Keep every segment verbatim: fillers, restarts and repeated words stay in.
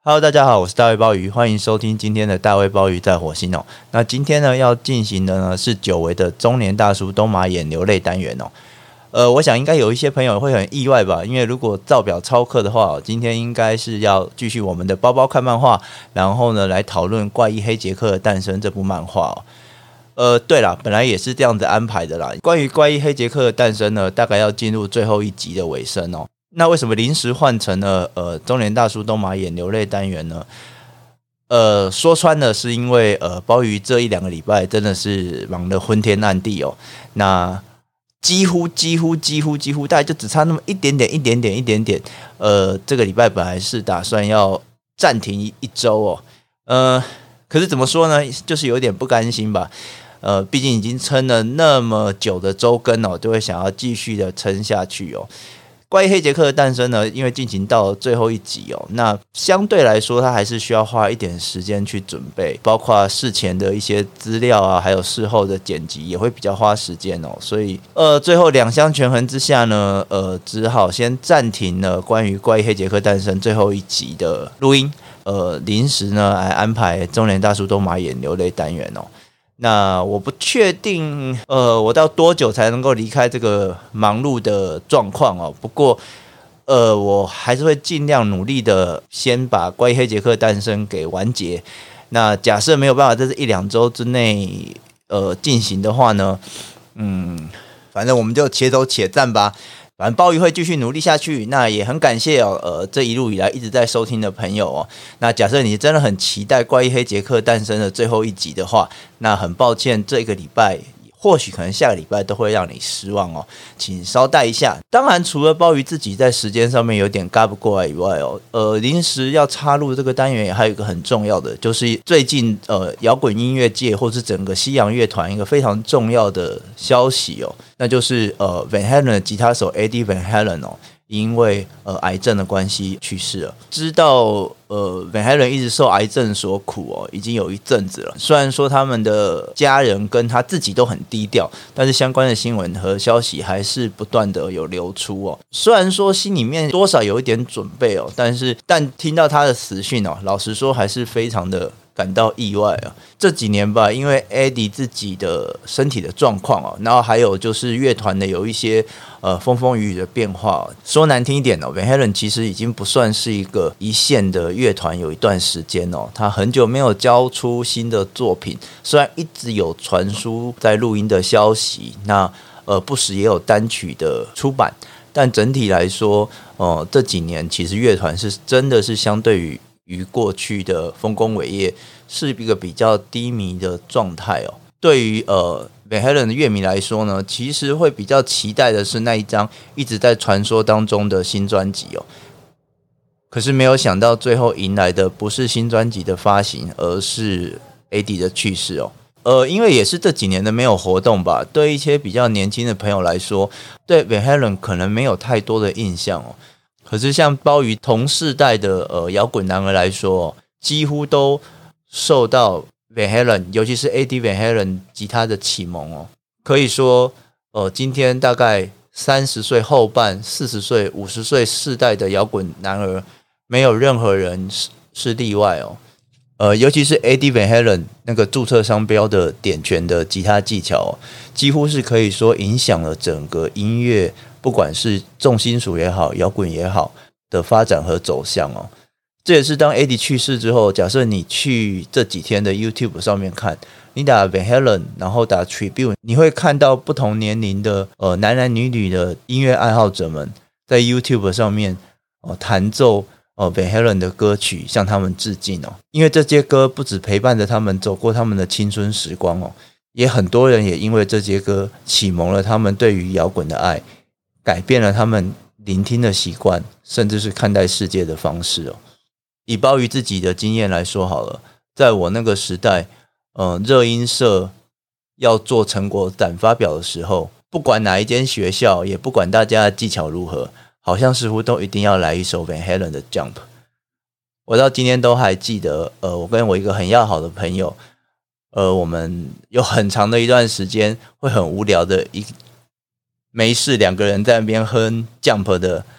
Hello， 大家好，我是大卫鲍鱼，欢迎收听今天的大卫鲍鱼在火星哦。那今天呢要进行的呢是久违的中年大叔东马眼流泪单元哦。呃，我想应该有一些朋友会很意外吧，因为如果照表操课的话，今天应该是要继续我们的包包看漫画，然后呢来讨论《怪医黑杰克的诞生》这部漫画哦。呃，对啦，本来也是这样子安排的啦。关于《怪医黑杰克的诞生》呢，大概要进入最后一集的尾声哦。那为什么临时换成了呃中年大叔东马眼流泪单元呢？呃，说穿了是因为呃鲍鱼这一两个礼拜真的是忙得昏天暗地哦。那几乎几乎几乎几乎大概就只差那么一点点一点点一点点。呃，这个礼拜本来是打算要暂停一一周哦。呃，可是怎么说呢？就是有点不甘心吧。呃，毕竟已经撑了那么久的周更哦，就会想要继续的撑下去哦。关于黑杰克的诞生呢，因为进行到了最后一集哦，那相对来说，他还是需要花一点时间去准备，包括事前的一些资料啊，还有事后的剪辑也会比较花时间哦。所以，呃，最后两相权衡之下呢，呃，只好先暂停了关于关于黑杰克诞生最后一集的录音，呃，临时呢来安排中年大叔东马眼流泪单元哦。那我不确定，呃，我到多久才能够离开这个忙碌的状况哦。不过，呃，我还是会尽量努力的，先把关于黑杰克诞生给完结。那假设没有办法在这一两周之内，呃，进行的话呢，嗯，反正我们就且走且战吧。反正鲍鱼会继续努力下去，那也很感谢哦，呃，这一路以来一直在收听的朋友哦。那假设你真的很期待《怪医黑杰克诞生》的最后一集的话，那很抱歉，这个礼拜或许可能下个礼拜都会让你失望哦，请稍待一下。当然，除了鲍鱼自己在时间上面有点赶不过来以外哦，呃，临时要插入这个单元也还有一个很重要的，就是最近呃摇滚音乐界或是整个西洋乐团一个非常重要的消息哦，那就是呃 Van Halen 的吉他手 Eddie Van Halen 哦。因为呃癌症的关系去世了。知道呃 Van Halen 一直受癌症所苦哦，已经有一阵子了。虽然说他们的家人跟他自己都很低调，但是相关的新闻和消息还是不断的有流出哦。虽然说心里面多少有一点准备哦，但是但听到他的死讯哦，老实说还是非常的感到意外啊！这几年吧，因为 Eddie 自己的身体的状况哦，然后还有就是乐团的有一些呃风风雨雨的变化、哦。说难听一点哦 Van Halen 其实已经不算是一个一线的乐团，有一段时间哦，他很久没有交出新的作品。虽然一直有传输在录音的消息，那呃不时也有单曲的出版，但整体来说，呃这几年其实乐团是真的是相对于。于过去的丰功伟业是一个比较低迷的状态哦。对于呃 Van Halen 的乐迷来说呢，其实会比较期待的是那一张一直在传说当中的新专辑哦。可是没有想到最后迎来的不是新专辑的发行，而是 Eddie 的去世哦。呃，因为也是这几年的没有活动吧，对一些比较年轻的朋友来说，对 Van Halen 可能没有太多的印象哦。可是像鲍鱼同世代的呃摇滚男儿来说，几乎都受到 Van Halen， 尤其是 Eddie Van Halen 吉他的启蒙哦。可以说，呃，今天大概三十岁后半、四十岁、五十岁世代的摇滚男儿，没有任何人是是例外哦。呃，尤其是 Eddie Van Halen 那个注册商标的点拳的吉他技巧、哦，几乎是可以说影响了整个音乐。不管是重金属也好，摇滚也好的发展和走向哦，这也是当 Eddie 去世之后，假设你去这几天的 YouTube 上面看，你打 Van Halen， 然后打 Tribute， 你会看到不同年龄的呃男男女女的音乐爱好者们在 YouTube 上面哦弹奏哦 Van Halen 的歌曲，向他们致敬哦。因为这些歌不只陪伴着他们走过他们的青春时光哦，也很多人也因为这些歌启蒙了他们对于摇滚的爱。改变了他们聆听的习惯，甚至是看待世界的方式哦。以鲍鱼自己的经验来说好了，在我那个时代，呃，热音社要做成果展发表的时候，不管哪一间学校，也不管大家的技巧如何，好像似乎都一定要来一首 Van Halen 的 Jump。我到今天都还记得，呃，我跟我一个很要好的朋友，呃，我们有很长的一段时间会很无聊的一。没事，两个人在那边哼 Jump 的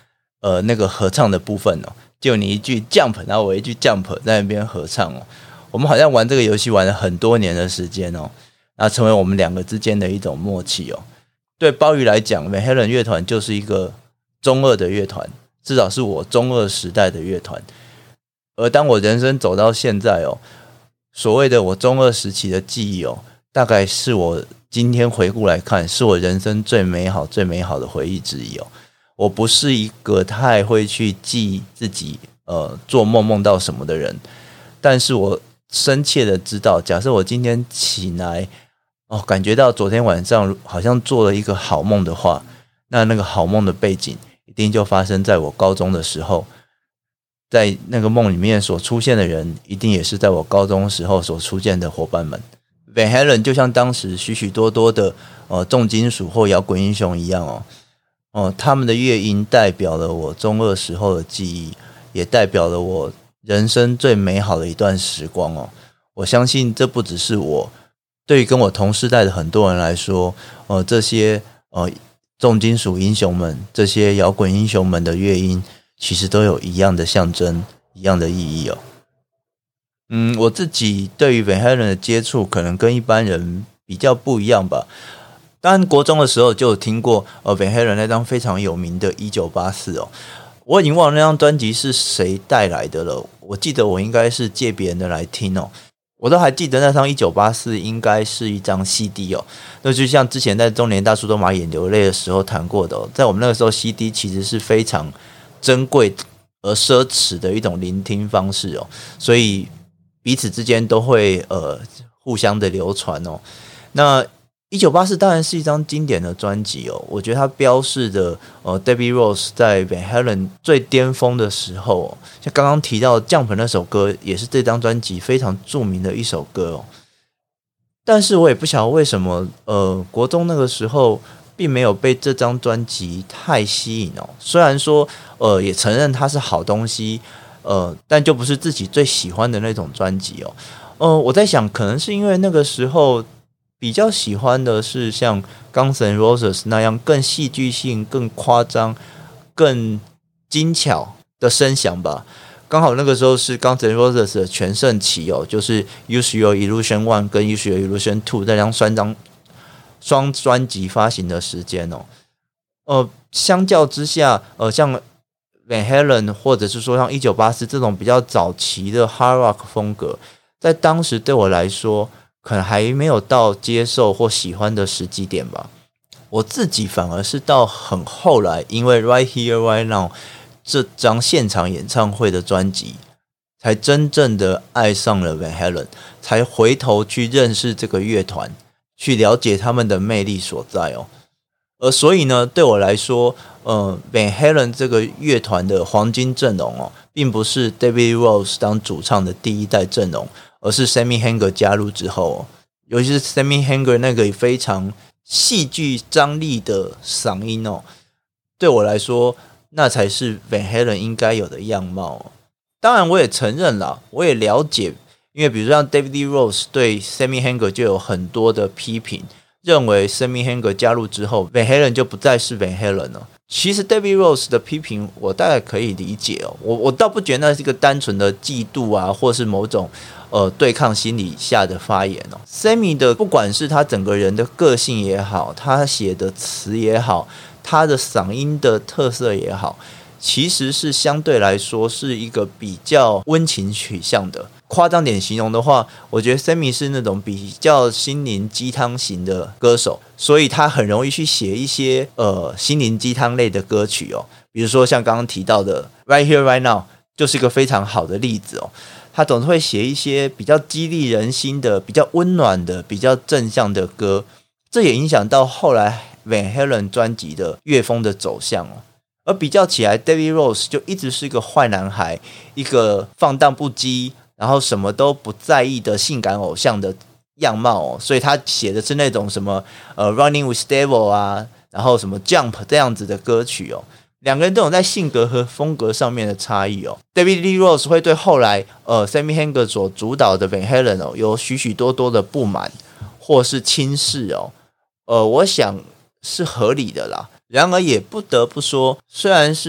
呃那个合唱的部分哦，就你一句 jump， 然后我一句 jump 在那边合唱哦。我们好像玩这个游戏玩了很多年的时间哦，然后成为我们两个之间的一种默契哦。对鲍鱼来讲 Van Halen 乐团就是一个中二的乐团，至少是我中二时代的乐团。而当我人生走到现在哦，所谓的我中二时期的记忆哦，大概是我今天回顾来看，是我人生最美好最美好的回忆之一哦。我不是一个太会去记自己呃做梦梦到什么的人，但是我深切的知道，假设我今天起来哦，感觉到昨天晚上好像做了一个好梦的话，那那个好梦的背景一定就发生在我高中的时候，在那个梦里面所出现的人，一定也是在我高中时候所出现的伙伴们。Van Halen 就像当时许许多多的呃重金属或摇滚英雄一样哦，哦，他们的乐音代表了我中二时候的记忆，也代表了我人生最美好的一段时光哦。我相信这不只是我，对于跟我同世代的很多人来说，呃，这些呃重金属英雄们，这些摇滚英雄们的乐音，其实都有一样的象征，一样的意义哦。嗯，我自己对于 Van Halen 的接触，可能跟一般人比较不一样吧。当然，国中的时候就有听过呃 Van Halen 那张非常有名的一九八四哦。我已经忘了那张专辑是谁带来的了，我记得我应该是借别人的来听哦。我都还记得那张一九八四应该是一张 C D 哦，那就像之前在中年大叔都马眼流泪的时候谈过的哦，在我们那个时候 C D 其实是非常珍贵而奢侈的一种聆听方式哦，所以彼此之间都会呃互相的流传哦。那一九八四当然是一张经典的专辑哦，我觉得它标示的呃 David Rose 在 Van Halen 最巅峰的时候哦，像刚刚提到 Jump 那首歌也是这张专辑非常著名的一首歌哦。但是我也不晓得为什么呃国中那个时候并没有被这张专辑太吸引哦，虽然说呃也承认它是好东西，呃但就不是自己最喜欢的那种专辑哦。呃我在想可能是因为那个时候比较喜欢的是像 Guns N' Roses 那样更戏剧性、更夸张、更精巧的声响吧。刚好那个时候是 Guns N' Roses 的全盛期哦，就是 Use Your Illusion one 跟 Use Your Illusion two 这张双张双专辑发行的时间哦。呃，相较之下，呃，像 Van Halen 或者是说像一九八四这种比较早期的 Hard Rock 风格，在当时对我来说，可能还没有到接受或喜欢的时机点吧。我自己反而是到很后来，因为 Right Here Right Now 这张现场演唱会的专辑，才真正的爱上了 Van Halen， 才回头去认识这个乐团，去了解他们的魅力所在哦。而所以呢，对我来说，呃 Van Halen 这个乐团的黄金阵容哦，并不是 David Rose 当主唱的第一代阵容，而是 Sammy Hagar 加入之后哦，尤其是 Sammy Hagar 那个非常戏剧张力的嗓音哦，对我来说，那才是 Van Halen 应该有的样貌哦。当然，我也承认啦，我也了解，因为比如说像 David Rose 对 Sammy Hagar 就有很多的批评，认为 Sammy Hagar 加入之后 Van Halen 就不再是 Van Halen 了。其实 David Rose 的批评我大概可以理解哦，我我倒不觉得那是一个单纯的嫉妒啊，或是某种呃对抗心理下的发言哦。Sammy 的不管是他整个人的个性也好，他写的词也好，他的嗓音的特色也好，其实是相对来说是一个比较温情取向的。夸张点形容的话，我觉得 Sammy 是那种比较心灵鸡汤型的歌手，所以他很容易去写一些呃心灵鸡汤类的歌曲哦。比如说像刚刚提到的 Right Here Right Now 就是一个非常好的例子哦。他总是会写一些比较激励人心的、比较温暖的、比较正向的歌，这也影响到后来 Van Halen 专辑的乐风的走向哦。而比较起来 David Rose 就一直是一个坏男孩，一个放荡不羁，然后什么都不在意的性感偶像的样貌哦，所以他写的是那种什么呃 Running with Devil 啊，然后什么 Jump 这样子的歌曲哦。两个人都有在性格和风格上面的差异哦。David Lee Roth 会对后来呃 Sammy Hagar 所主导的 Van Halen 哦有许许多多的不满或是轻视哦，呃，我想是合理的啦。然而也不得不说，虽然是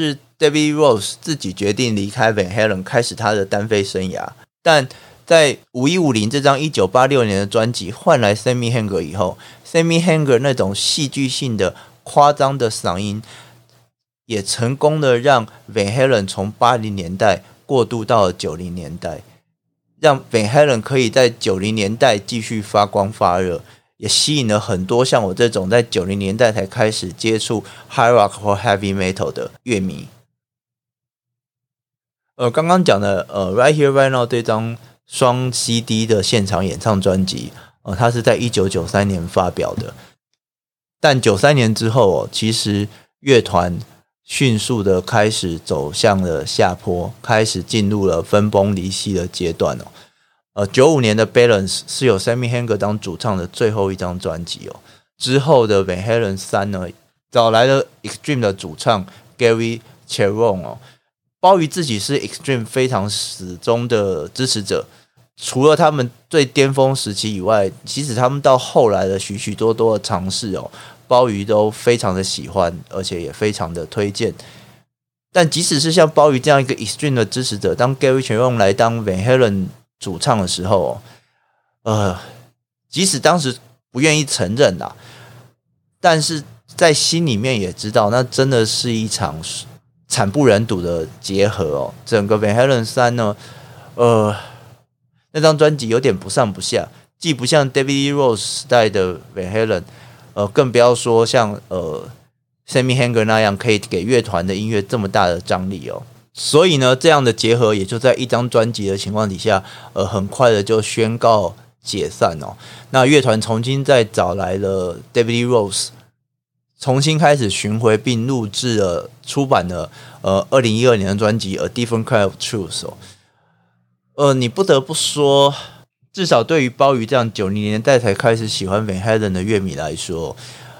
David Rose 自己决定离开 Van Halen 开始他的单飞生涯，但在五一五零这张一九八六年的专辑换来 Sammy Hagar 以后， Sammy Hagar 那种戏剧性的夸张的嗓音也成功的让 Van Halen 从八零年代过渡到了九零年代，让 Van Halen 可以在九零年代继续发光发热，也吸引了很多像我这种在九零年代才开始接触 Hard Rock 或 Heavy Metal 的乐迷。呃，刚刚讲的呃 Right Here Right Now 这张双 C D 的现场演唱专辑，呃，它是在一九九三年发表的，但九三年之后哦，其实乐团迅速的开始走向了下坡，开始进入了分崩离析的阶段哦。呃，九五年的 Balance 是由 Sammy Hagar 当主唱的最后一张专辑哦。之后的 Van Halen 三呢，找来了 Extreme 的主唱 Gary Cherone 哦。鲍鱼自己是 Extreme 非常始终的支持者，除了他们最巅峰时期以外，其实他们到后来的许许多多的尝试哦，鲍鱼都非常的喜欢，而且也非常的推荐。但即使是像鲍鱼这样一个 Extreme 的支持者，当 Gary Cherone 来当 Van Halen 主唱的时候，呃，即使当时不愿意承认啦，但是在心里面也知道，那真的是一场惨不忍睹的结合哦。整个 Van Halen 三呢，呃，那张专辑有点不上不下，既不像 David Rose 时代的 Van Halen， 呃，更不要说像呃 Sammy Hagar 那样可以给乐团的音乐这么大的张力哦。所以呢，这样的结合也就在一张专辑的情况底下，呃，很快的就宣告解散哦。那乐团重新再找来了 David Rose， 重新开始巡回并录制了出版了呃二零一二年的专辑 A Different Kind of Truth 哦。呃，你不得不说，至少对于鲍鱼这样九零年代才开始喜欢 Van Halen 的乐迷来说，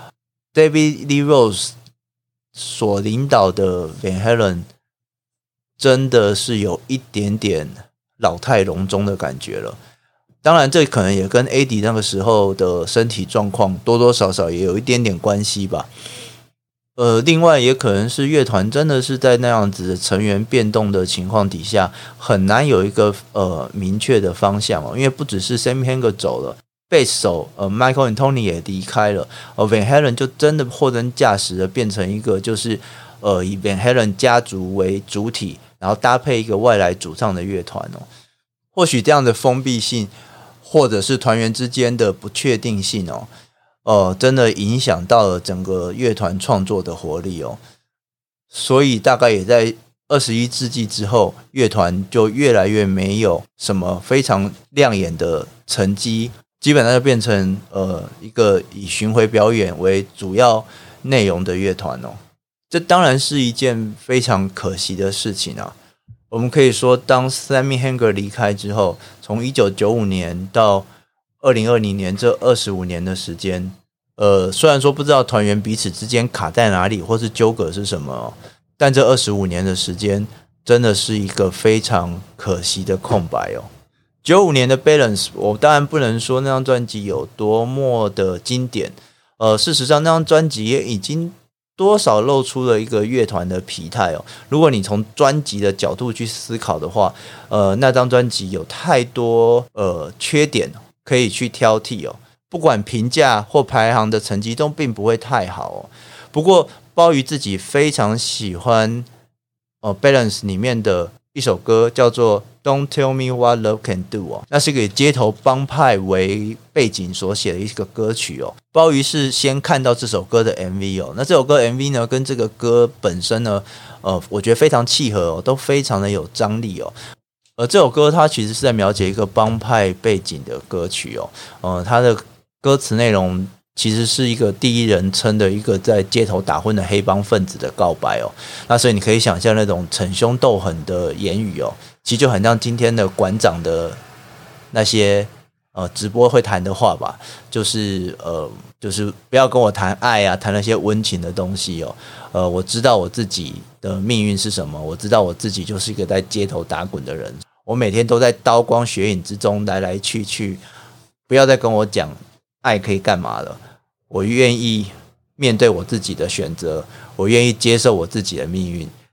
David Lee Roth 所领导的 Van Halen 真的是有一点点老态龙钟的感觉了。当然这可能也跟 Eddie 那个时候的身体状况多多少少也有一点点关系吧。呃，另外也可能是乐团真的是在那样子的成员变动的情况底下，很难有一个呃明确的方向哦。因为不只是 Sammy Hagar 走了，贝斯手呃 Michael Anthony 也离开了，呃 Van Halen 就真的货真价实的变成一个就是呃以 Van Halen 家族为主体，然后搭配一个外来主唱的乐团哦。或许这样的封闭性，或者是团员之间的不确定性哦。呃，真的影响到了整个乐团创作的活力哦，所以大概也在二十一世纪之后，乐团就越来越没有什么非常亮眼的成绩，基本上就变成呃一个以巡回表演为主要内容的乐团哦。这当然是一件非常可惜的事情啊。我们可以说，当 Sammy Hagar 离开之后，从一九九五年到二零二零年这二十五年的时间，呃，虽然说不知道团员彼此之间卡在哪里，或是纠葛是什么哦，但这二十五年的时间真的是一个非常可惜的空白哦。九五年的 Balance， 我当然不能说那张专辑有多么的经典，呃，事实上那张专辑也已经多少露出了一个乐团的疲态哦。如果你从专辑的角度去思考的话，呃，那张专辑有太多呃缺点可以去挑剔哦，不管评价或排行的成绩都并不会太好哦。不过鲍鱼自己非常喜欢呃 Balance 里面的一首歌，叫做 Don't Tell Me What Love Can Do 哦，那是一个以街头帮派为背景所写的一个歌曲哦。鲍鱼是先看到这首歌的 M V 哦，那这首歌 M V 呢跟这个歌本身呢，呃，我觉得非常契合哦，都非常的有张力哦。而这首歌它其实是在描写一个帮派背景的歌曲哦，呃，它的歌词内容其实是一个第一人称的一个在街头打混的黑帮分子的告白哦。那所以你可以想象那种逞凶斗狠的言语哦，其实就很像今天的馆长的那些呃直播会谈的话吧，就是呃就是不要跟我谈爱啊，谈那些温情的东西哦。呃，我知道我自己的命运是什么，我知道我自己就是一个在街头打滚的人，我每天都在刀光血影之中来来去去，不要再跟我讲爱可以干嘛了，我愿意面对我自己的选择，我愿意接受我自己的命运，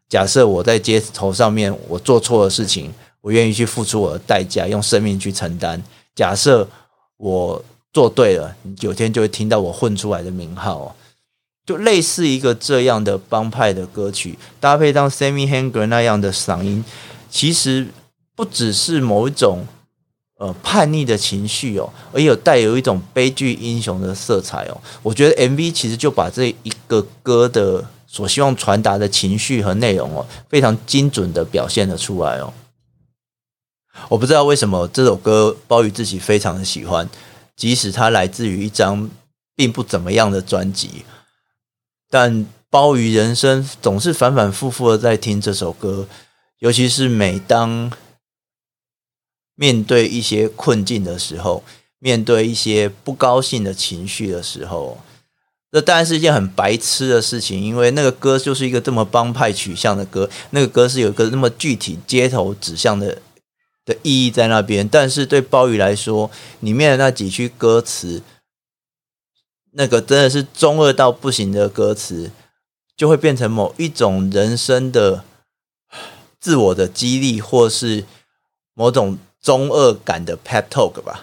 假设我在街头上面我做错了事情，我愿意去付出我的代价，用生命去承担。假设我做对了，你有天就会听到我混出来的名号哦。就类似一个这样的帮派的歌曲，搭配上 Sammy Hagar 那样的嗓音，其实不只是某一种呃叛逆的情绪哦，而有带有一种悲剧英雄的色彩哦。我觉得 M V 其实就把这一个歌的所希望传达的情绪和内容哦，非常精准的表现了出来哦。我不知道为什么这首歌包宇自己非常的喜欢，即使它来自于一张并不怎么样的专辑。但包宇人生总是反反复复的在听这首歌，尤其是每当面对一些困境的时候，面对一些不高兴的情绪的时候，这当然是一件很白痴的事情，因为那个歌就是一个这么帮派取向的歌，那个歌是有一个那么具体街头指向的的意义在那边，但是对包宇来说，里面的那几句歌词，那个真的是中二到不行的歌词，就会变成某一种人生的自我的激励，或是某种中二感的 pep talk 吧。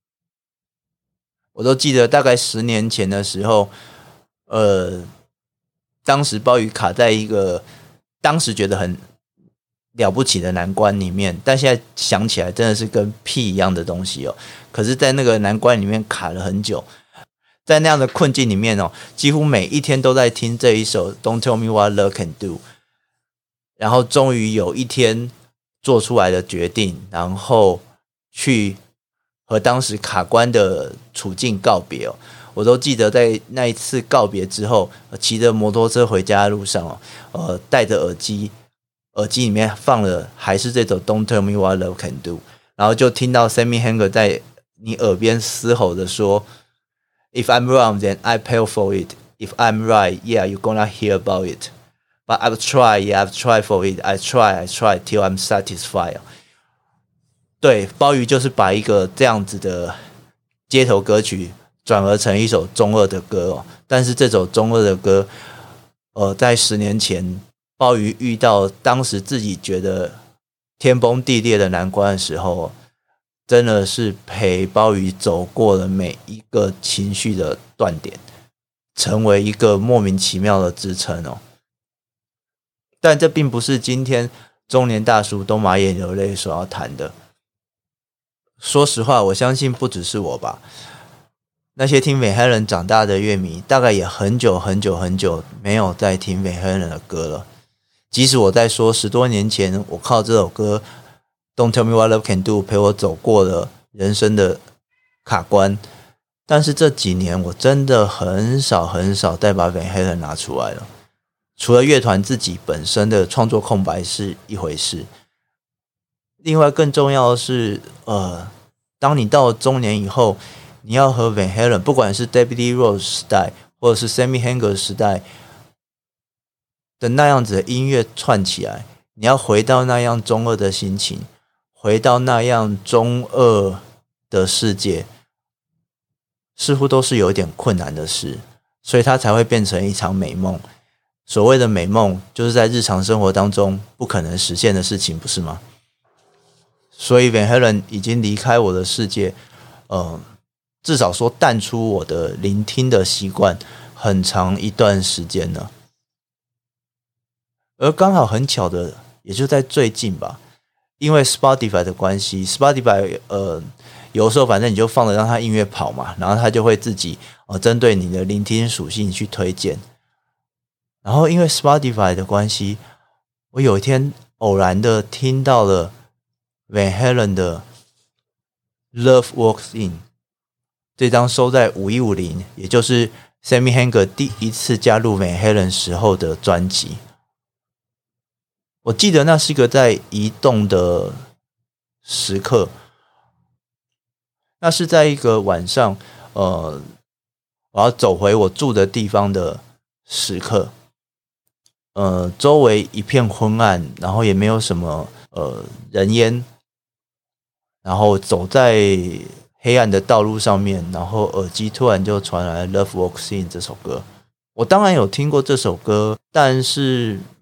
我都记得大概十年前的时候，呃，当时包宇卡在一个当时觉得很了不起的难关里面，但现在想起来真的是跟屁一样的东西哦。可是在那个难关里面卡了很久，在那样的困境里面哦，几乎每一天都在听这一首 Don't Tell Me What Love Can Do， 然后终于有一天做出来的决定，然后去和当时卡关的处境告别哦。我都记得在那一次告别之后，骑着摩托车回家的路上哦，呃，戴着耳机，耳机里面放了还是这首 Don't Tell Me What Love Can Do， 然后就听到 Sammy Hagar 在你耳边嘶吼的说，If I'm wrong, then I pay for it. If I'm right, yeah, you're gonna hear about it. But I've tried, yeah, I've tried for it. I try, I try till I'm satisfied. 对，包宇就是把一个这样子的街头歌曲转而成一首中二的歌哦。但是这首中二的歌，呃，在十年前，包宇遇到当时自己觉得天崩地裂的难关的时候，真的是陪包宇走过了每一个情绪的断点，成为一个莫名其妙的支撑哦。但这并不是今天中年大叔都马眼流泪所要谈的。说实话，我相信不只是我吧，那些听Van Halen长大的乐迷，大概也很久很久很久没有在听Van Halen的歌了。即使我在说十多年前，我靠这首歌Don't Tell Me What Love Can Do 陪我走过了人生的卡关，但是这几年我真的很少很少再把 Van Halen 拿出来了。除了乐团自己本身的创作空白是一回事，另外更重要的是，呃，当你到了中年以后，你要和 Van Halen 不管是 David Lee Roth 时代或者是 Sammy Hagar 时代的那样子的音乐串起来，你要回到那样中二的心情，回到那样中二的世界，似乎都是有一点困难的事，所以它才会变成一场美梦。所谓的美梦，就是在日常生活当中不可能实现的事情，不是吗？所以 Van Halen 已经离开我的世界，呃，至少说淡出我的聆听的习惯很长一段时间了。而刚好很巧的，也就在最近吧，因为 Spotify 的关系 ，Spotify 呃，有时候反正你就放着让它音乐跑嘛，然后它就会自己呃针对你的聆听属性去推荐。然后因为 Spotify 的关系，我有一天偶然的听到了 Van Halen 的 Love Walks In 这张收在五一五零，也就是 Sammy Hagar 第一次加入 Van Halen 时候的专辑。我记得那是一个在移动的时刻，那是在一个晚上，呃，我要走回我住的地方的时刻。呃，周围一片昏暗，然后也没有什么呃人烟，然后走在黑暗的道路上面，然后耳机突然就传来 Love Walks In 这首歌。我当然有听过这首歌，但是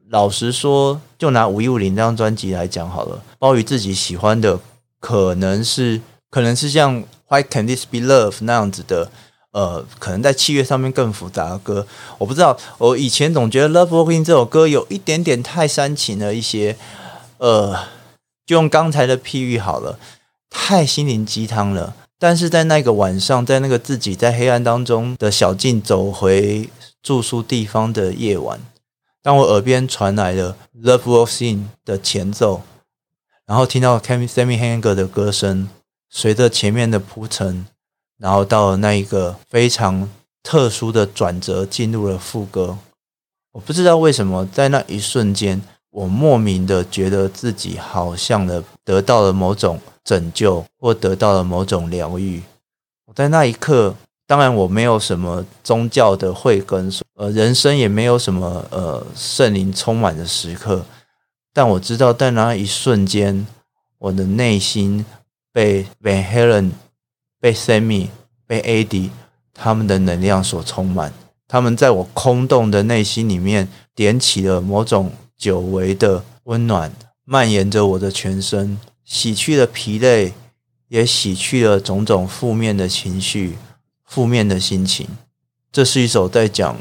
老实说，就拿五一五零这张专辑来讲好了，鲍鱼自己喜欢的可能是可能是像 Why Can This Be Love 那样子的，呃，可能在器乐上面更复杂的歌。我不知道，我以前总觉得 Love Walking 这首歌有一点点太煽情了一些，呃，就用刚才的譬喻好了，太心灵鸡汤了。但是在那个晚上，在那个自己在黑暗当中的小径走回住宿地方的夜晚，当我耳边传来了 Love Walks In 的前奏，然后听到 Sammy Hagar 的歌声，随着前面的铺陈，然后到了那一个非常特殊的转折，进入了副歌。我不知道为什么在那一瞬间，我莫名的觉得自己好像的得到了某种拯救，或得到了某种疗愈。我在那一刻，当然我没有什么宗教的慧根，呃，人生也没有什么呃圣灵充满的时刻，但我知道在那一瞬间，我的内心被 Van Halen、被 Sammy、被 Eddie 他们的能量所充满，他们在我空洞的内心里面点起了某种久违的温暖，蔓延着我的全身，洗去了疲累，也洗去了种种负面的情绪、负面的心情。这是一首在讲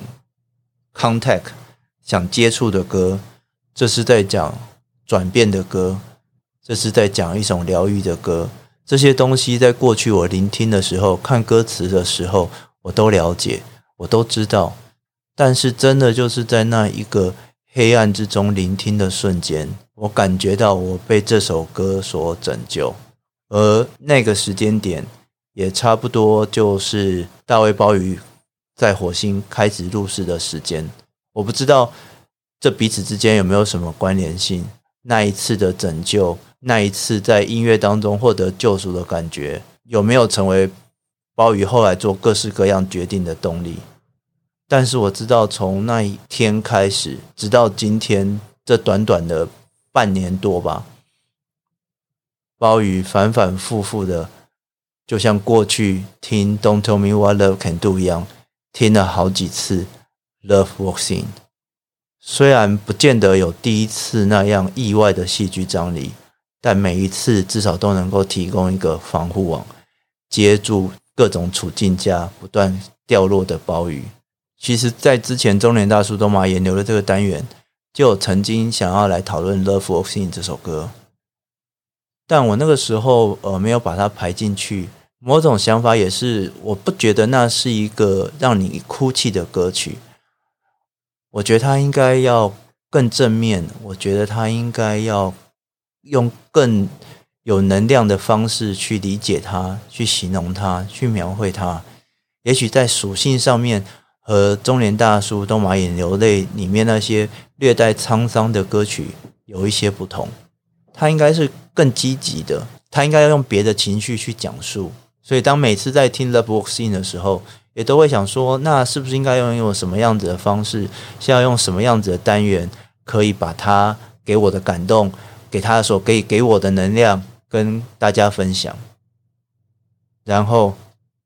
contact 想接触的歌，这是在讲转变的歌，这是在讲一种疗愈的歌。这些东西在过去我聆听的时候，看歌词的时候，我都了解，我都知道。但是真的就是在那一个黑暗之中聆听的瞬间，我感觉到我被这首歌所拯救。而那个时间点也差不多就是大卫鲍鱼在火星开始入世的时间。我不知道这彼此之间有没有什么关联性，那一次的拯救，那一次在音乐当中获得救赎的感觉，有没有成为鲍鱼后来做各式各样决定的动力。但是我知道从那一天开始直到今天这短短的半年多吧，鲍鱼反反复复的就像过去听 Don't Tell Me What Love Can Do 一样，听了好几次 Love Walks In。 虽然不见得有第一次那样意外的戏剧张力，但每一次至少都能够提供一个防护网，接住各种处境下不断掉落的鲍鱼。其实在之前中年大叔东马研流的这个单元，就有曾经想要来讨论 Love Walks In 这首歌，但我那个时候呃没有把它排进去。某种想法也是，我不觉得那是一个让你哭泣的歌曲，我觉得它应该要更正面，我觉得它应该要用更有能量的方式去理解它，去形容它，去描绘它。也许在属性上面和中年大叔东马眼流泪里面那些略带沧桑的歌曲有一些不同，它应该是更积极的，它应该要用别的情绪去讲述。所以当每次在听 Love Walks In 的时候，也都会想说，那是不是应该用用什么样子的方式，是要用什么样子的单元，可以把它给我的感动，给他的所可以给我的能量跟大家分享。然后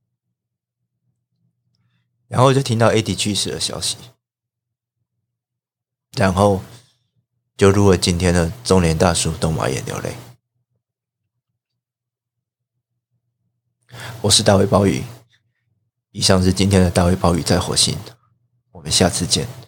然后就听到 Eddie 去世的消息，然后就入了今天的中年大叔东马眼流泪。我是大卫鲍鱼，以上是今天的大卫鲍鱼在火星，我们下次见。